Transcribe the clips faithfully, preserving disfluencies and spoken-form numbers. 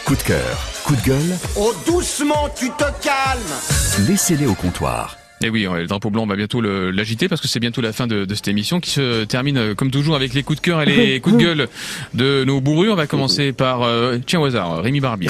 Coup de cœur, coup de gueule. Oh, doucement, tu te calmes! Laissez-les au comptoir. Et oui, le drapeau blanc, on va bientôt le, l'agiter parce que c'est bientôt la fin de, de cette émission qui se termine comme toujours avec les coups de cœur et les coups de gueule de nos bourrus. On va commencer par, euh, tiens au hasard, Rémi Barbier.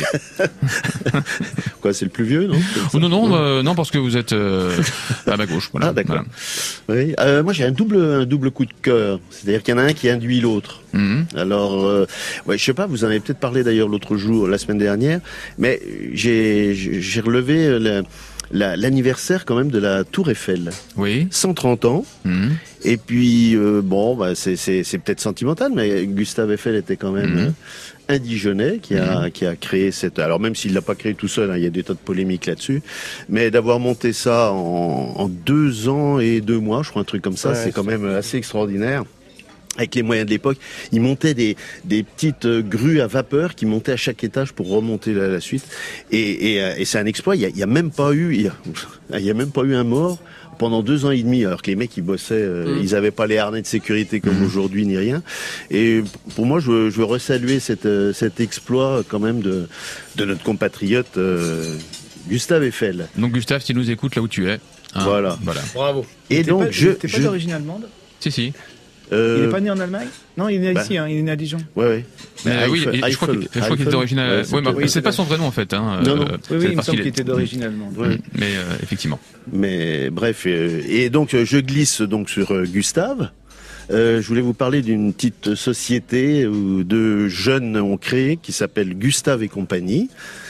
Quoi, c'est le plus vieux, non? Oh, non, non, euh, non, parce que vous êtes euh, à ma gauche. Voilà. Ah, d'accord. Voilà. Oui, euh, moi j'ai un double, un double coup de cœur. C'est-à-dire qu'il y en a un qui induit l'autre. Mm-hmm. Alors, euh, ouais, je sais pas, vous en avez peut-être parlé d'ailleurs l'autre jour, la semaine dernière, mais j'ai, j'ai relevé la, la, l'anniversaire quand même de la Tour Eiffel. Oui. cent trente ans. Mm-hmm. Et puis, euh, bon, bah, c'est, c'est, c'est peut-être sentimental, mais Gustave Eiffel était quand même Mm-hmm. euh, un Dijonais qui a, Mm-hmm. qui a créé cette... Alors même s'il l'a pas créé tout seul, hein, il y a des tas de polémiques là-dessus, mais d'avoir monté ça en, en deux ans et deux mois, je crois, un truc comme ça, Ouais, c'est quand c'est... même assez extraordinaire. Avec les moyens de l'époque, ils montaient des, des petites grues à vapeur qui montaient à chaque étage pour remonter la, la suite. Et, et, et c'est un exploit. Il y a, il y a même pas eu, il y a, il y a même pas eu un mort pendant deux ans et demi. Alors que les mecs, ils bossaient, euh, mmh. ils avaient pas les harnais de sécurité comme mmh. aujourd'hui ni rien. Et pour moi, je veux, je veux resaluer cette, cet exploit quand même de, de notre compatriote euh, Gustave Eiffel. Donc Gustave, si tu nous écoutes là où tu es. Hein, voilà. Voilà. Bravo. Et t'es donc pas, je. T'es pas je... d'origine allemande? Si si. Euh... Il est pas né en Allemagne? Non, il est né bah... ici, hein, il est né à Dijon. Ouais, ouais. Mais Eiffel, oui, et je crois qu'il, je crois qu'il est d'origine. Ouais, ouais, mais oui, c'est pas son vrai nom en fait. Hein. Non, non. Oui, oui, il me semble qu'il était d'origine allemande. Ouais. Mais euh, effectivement. Mais bref, euh, et donc je glisse donc sur euh, Gustave. Euh, je voulais vous parler d'une petite société où deux jeunes ont créé qui s'appelle Gustave et compagnie.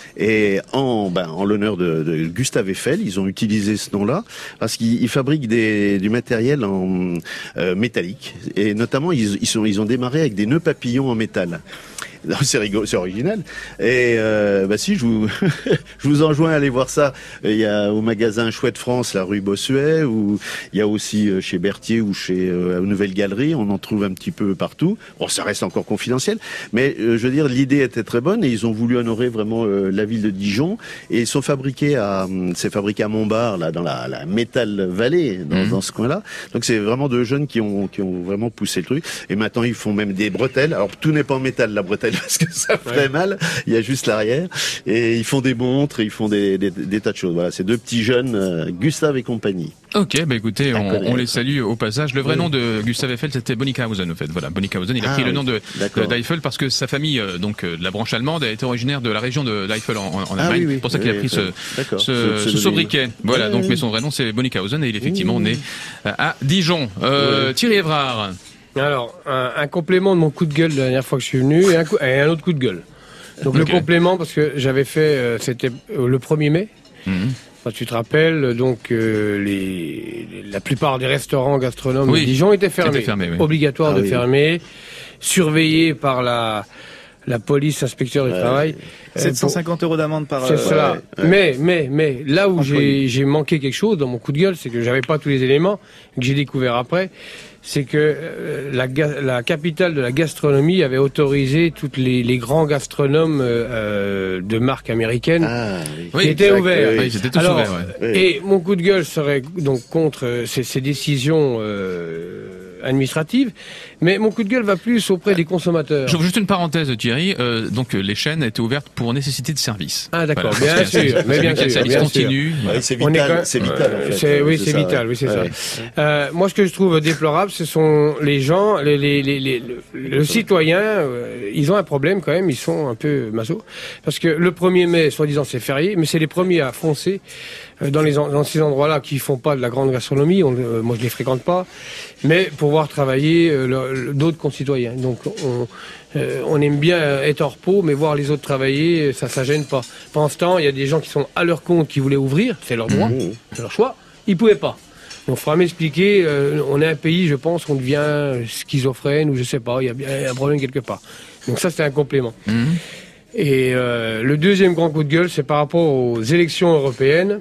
Et en, ben, en l'honneur de, de Gustave Eiffel, ils ont utilisé ce nom-là parce qu'ils fabriquent des, du matériel en euh, métallique. Et notamment, ils, ils, sont, ils ont démarré avec des nœuds papillons en métal. C'est rigolo, c'est original. Et euh, bah si, je vous, je vous enjoins à aller voir ça. Il y a au magasin Chouette France, la rue Bossuet, ou il y a aussi chez Berthier ou chez euh, Nouvelle Galerie. On en trouve un petit peu partout. Bon, ça reste encore confidentiel, mais euh, je veux dire, l'idée était très bonne et ils ont voulu honorer vraiment euh, la ville de Dijon. Et ils sont fabriqués à, c'est fabriqué à Montbard, là, dans la, la Metal Valley, dans, mmh. dans ce coin-là. Donc c'est vraiment deux jeunes qui ont, qui ont vraiment poussé le truc. Et maintenant, ils font même des bretelles. Alors tout n'est pas en métal, la bretelle, parce que ça ferait ouais. mal. Il y a juste l'arrière. Et ils font des montres, ils font des, des, des tas de choses. Voilà, c'est deux petits jeunes, euh, Gustave et compagnie. Ok, bah écoutez, on, on les salue au passage. Le vrai oui. nom de Gustave Eiffel, c'était Bonnickhausen, en fait. Voilà, Bonnickhausen. Il a ah, pris oui. le nom de, de d'Eiffel parce que sa famille, euh, donc euh, de la branche allemande, était originaire de la région de d'Eiffel en, en Allemagne. Ah, oui, oui. C'est pour ça qu'il oui, a pris oui, ce, ce, ce, ce sobriquet. Voilà, oui, donc oui. mais son vrai nom c'est Bonnickhausen et il est effectivement oui. né à Dijon. Euh, oui. Thierry Evrard. Alors, un, un complément de mon coup de gueule de la dernière fois que je suis venu et un, coup, et un autre coup de gueule. Donc okay. le complément, parce que j'avais fait, euh, c'était euh, le premier mai. Mm-hmm. Enfin, tu te rappelles, donc euh, les, les, la plupart des restaurants gastronomes oui. de Dijon étaient fermés. Étaient fermés oui. Obligatoire ah, de oui. fermer, surveillés par la... la police, inspecteur du ouais. travail. sept cent cinquante pour... euros d'amende par... C'est euh, cela. Ouais, ouais. Mais, mais, mais, là où j'ai, j'ai manqué quelque chose dans mon coup de gueule, c'est que j'avais pas tous les éléments, que j'ai découvert après, c'est que euh, la, la capitale de la gastronomie avait autorisé toutes les, les grands gastronomes euh, de marque américaine ah, oui. qui oui, étaient exact, ouverts. Oui, ils étaient tous Alors, ouverts, ouais. Et mon coup de gueule serait donc contre euh, ces, ces décisions euh, administrative, mais mon coup de gueule va plus auprès des consommateurs. J'ouvre juste une parenthèse, Thierry. Euh, donc les chaînes étaient ouvertes pour nécessité de service. Ah d'accord, voilà, bien sûr, mais bien sûr, service continu. Ouais, c'est vital, même... c'est vital. En fait. C'est, oui, c'est, c'est vital, ça, oui, c'est ouais. ça. Ouais. Euh, moi, ce que je trouve déplorable, ce sont les gens, les, les, les, les le, le citoyen. Euh, ils ont un problème quand même. Ils sont un peu maso, parce que le premier mai, soi-disant, c'est férié, mais c'est les premiers à foncer dans, les, dans ces endroits-là qui font pas de la grande gastronomie. On, euh, moi, je les fréquente pas, mais pour voir travailler euh, le, le, d'autres concitoyens. Donc, on, euh, on aime bien être hors pot, mais voir les autres travailler, ça, ça gêne pas. Pendant ce temps, il y a des gens qui sont à leur compte, qui voulaient ouvrir, c'est leur droit, mmh. c'est leur choix. Ils pouvaient pas. Donc, il faudra m'expliquer. Euh, on est un pays, je pense, on devient schizophrène ou je sais pas. Il y a bien un problème quelque part. Donc ça, c'est un complément. Mmh. Et euh, le deuxième grand coup de gueule, c'est par rapport aux élections européennes.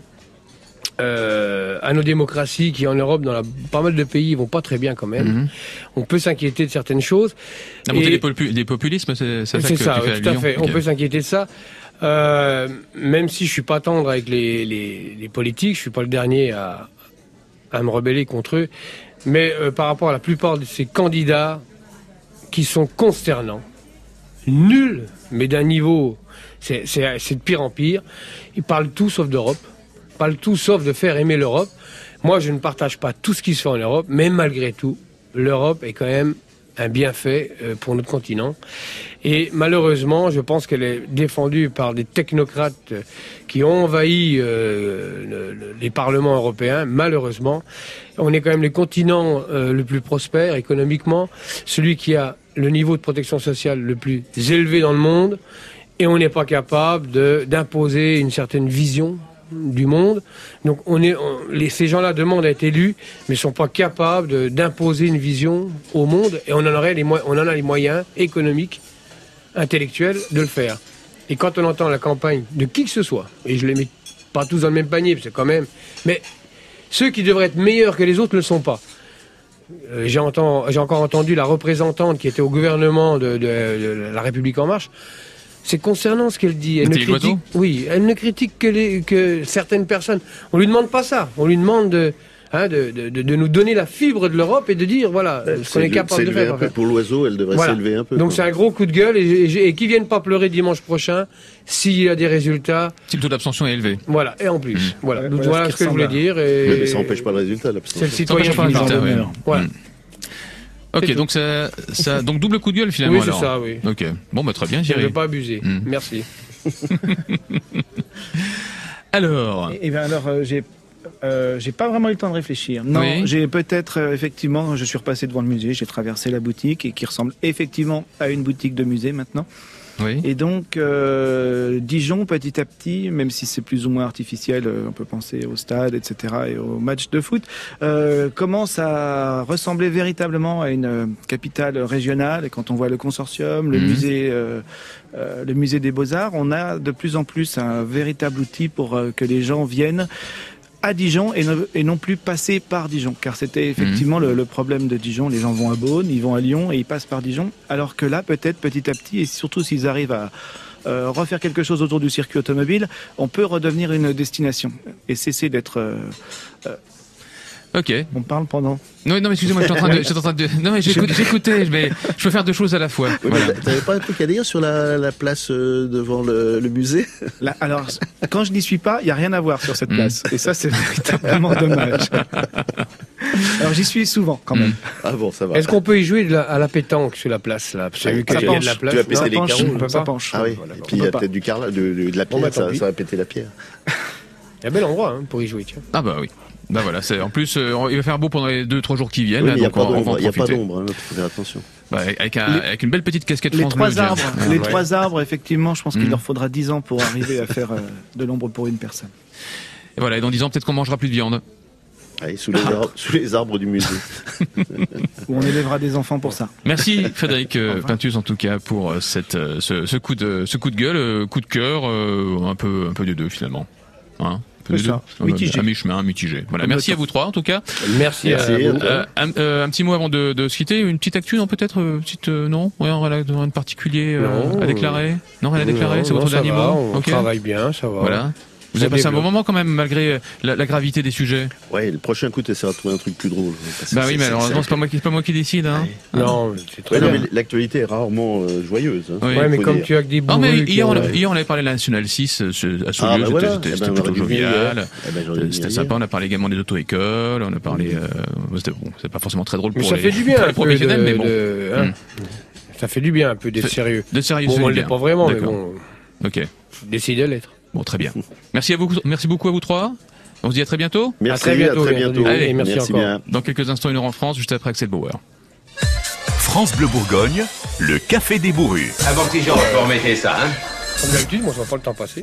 Euh, à nos démocraties qui en Europe, dans la, pas mal de pays, vont pas très bien quand même. Mm-hmm. On peut s'inquiéter de certaines choses. La montée des, popu- des populismes, c'est, c'est ça c'est que ça, tu oui, fais tout à fait. Okay. On peut s'inquiéter de ça. Euh, même si je suis pas tendre avec les, les, les politiques, je suis pas le dernier à, à me rebeller contre eux. Mais euh, par rapport à la plupart de ces candidats qui sont consternants, nuls, mais d'un niveau, c'est, c'est, c'est de pire en pire. Ils parlent tout sauf d'Europe, ils parlent tout sauf de faire aimer l'Europe. Moi, je ne partage pas tout ce qui se fait en Europe, mais malgré tout, l'Europe est quand même un bienfait pour notre continent. Et malheureusement, je pense qu'elle est défendue par des technocrates qui ont envahi euh, le, le, les parlements européens. Malheureusement, on est quand même le continent euh, le plus prospère économiquement, celui qui a le niveau de protection sociale le plus élevé dans le monde, et on n'est pas capable de, d'imposer une certaine vision du monde. Donc on est, on, les, ces gens-là demandent à être élus, mais ne sont pas capables de, d'imposer une vision au monde, et on en, aurait les, on en a les moyens économiques, intellectuels de le faire. Et quand on entend la campagne de qui que ce soit, et je les mets pas tous dans le même panier, parce que quand même, mais ceux qui devraient être meilleurs que les autres ne le sont pas. Euh, j'ai, entend, j'ai encore entendu la représentante qui était au gouvernement de, de, de la République En Marche. C'est concernant ce qu'elle dit. Elle ne critique, oui, elle ne critique que, les, que certaines personnes. On lui demande pas ça. On lui demande de, hein, de, de, de nous donner la fibre de l'Europe et de dire, voilà, ben, ce qu'on est capable de faire. Un peu pour l'oiseau, elle devrait voilà. s'élever un peu. Donc quoi. C'est un gros coup de gueule, et, et, et qui viennent pas pleurer dimanche prochain s'il y a des résultats. Si le taux d'abstention est élevé. Voilà, et en plus. Mmh. Voilà, ouais, donc voilà, voilà ce que je voulais dire. Et... Mais, mais ça n'empêche pas le résultat, l'abstention. C'est le citoyen qui nous en ouais. Voilà. Mmh. Ok, donc ça, ça, donc double coup de gueule finalement. Oui, c'est alors. ça, oui. Ok, bon, bah très bien, Thierry. Je ne vais pas abuser. Mmh. Merci. alors. Et, et bien alors, euh, j'ai, euh, j'ai pas vraiment eu le temps de réfléchir. Non, oui. j'ai peut-être euh, effectivement, je suis repassé devant le musée, j'ai traversé la boutique et qui ressemble effectivement à une boutique de musée maintenant. Oui. Et donc, euh, Dijon, petit à petit, même si c'est plus ou moins artificiel, euh, on peut penser au stade, et cetera, et aux matchs de foot, euh, commence à ressembler véritablement à une euh, capitale régionale. Et quand on voit le consortium, le mmh. musée, euh, euh, le musée des Beaux-Arts, on a de plus en plus un véritable outil pour euh, que les gens viennent à Dijon et, ne, et non plus passer par Dijon, car c'était effectivement mmh. le, le problème de Dijon. Les gens vont à Beaune, ils vont à Lyon et ils passent par Dijon, alors que là, peut-être petit à petit, et surtout s'ils arrivent à euh, refaire quelque chose autour du circuit automobile, on peut redevenir une destination et cesser d'être... Euh, euh, Ok. On parle pendant. Non, non, mais excusez-moi, je suis en train de, je suis en train de. Non, mais j'écoute, j'écoutais, mais je peux faire deux choses à la fois. Oui, voilà. T'avais pas un truc à dire sur la, la place euh, devant le, le musée? Là, alors, quand je n'y suis pas, il y a rien à voir sur cette place, et ça, c'est véritablement dommage. Alors, j'y suis souvent, quand même. Ah bon, ça va. Est-ce qu'on peut y jouer de la, à la pétanque sur la place là? Parce que vu qu'il y a de la place, tu vas péter les penche, carreaux. On peut pas pencher. Ah oui. Voilà, et puis il y a peut-être du carrelage, de, de, de la pierre, bon, bah, ça, ça va péter la pierre. Il y a un bel endroit hein, pour y jouer, tiens. Ah bah oui. Bah voilà, c'est, en plus, euh, il va faire beau pendant les deux trois jours qui viennent. Oui, là, il n'y a, a pas d'ombre, il faut faire attention. Bah, avec, un, les, avec une belle petite casquette les France trois Bleu, arbres, ah, Les ouais. trois arbres, effectivement, je pense qu'il mmh. leur faudra dix ans pour arriver à faire euh, de l'ombre pour une personne. Et voilà, et dans dix ans, peut-être qu'on mangera plus de viande. Allez, sous, les arbres, sous les arbres du musée. Où on élèvera des enfants pour ça. Merci Frédéric euh, Pintus en tout cas pour cette, euh, ce, ce, coup de, ce coup de gueule, euh, coup de cœur, euh, un peu, un peu des deux finalement. Hein C'est ça, mitigé. À mi-chemin, mitigé. Voilà, merci à vous trois en tout cas. Merci, merci à vous. Euh, un, euh, un petit mot avant de, de se quitter, une petite actu, non peut-être, euh, petite euh, non, rien, rien de particulier euh, non, à déclarer. Non, rien à déclarer, non, c'est votre non, dernier va, mot. On okay. travaille bien, ça va. Voilà. Vous avez passé un bon moment quand même, malgré la, la gravité des sujets. Ouais, le prochain coup, tu essaieras de trouver un truc plus drôle. Bah oui, mais alors non, c'est pas moi qui, c'est pas moi qui décide. Hein. Ouais. Non, c'est très ouais, bien. non, mais l'actualité est rarement euh, joyeuse. Hein, oui. Ouais, mais comme dire. Tu as que des bourrus... Non, mais hier, on, a, ouais. hier, on avait parlé de la Nationale six à Saulieu, ah, bah voilà. c'était, eh c'était ben, plutôt jovial. Eh ben, c'était sympa, on a parlé également des auto-écoles, on a parlé... Euh, c'était bon, c'est pas forcément très drôle pour mais ça les, fait du bien, les professionnels, de, mais bon. De, hein, hum. Ça fait du bien un peu d'être sérieux. D'être sérieux, bon, c'est on bien. l'est pas vraiment, D'accord. mais bon... Ok. Décide de l'être. Bon, très bien. Merci à vous, merci beaucoup à vous trois. On se dit à très bientôt. Merci, à très bientôt. À très bientôt. Allez, merci, merci encore. Bien. Dans quelques instants, une heure en France, juste après Axel Bauer. France Bleu Bourgogne, le café des bourrus. Avant que les gens remettaient ça, hein. Comme d'habitude, moi je vois pas le temps passer.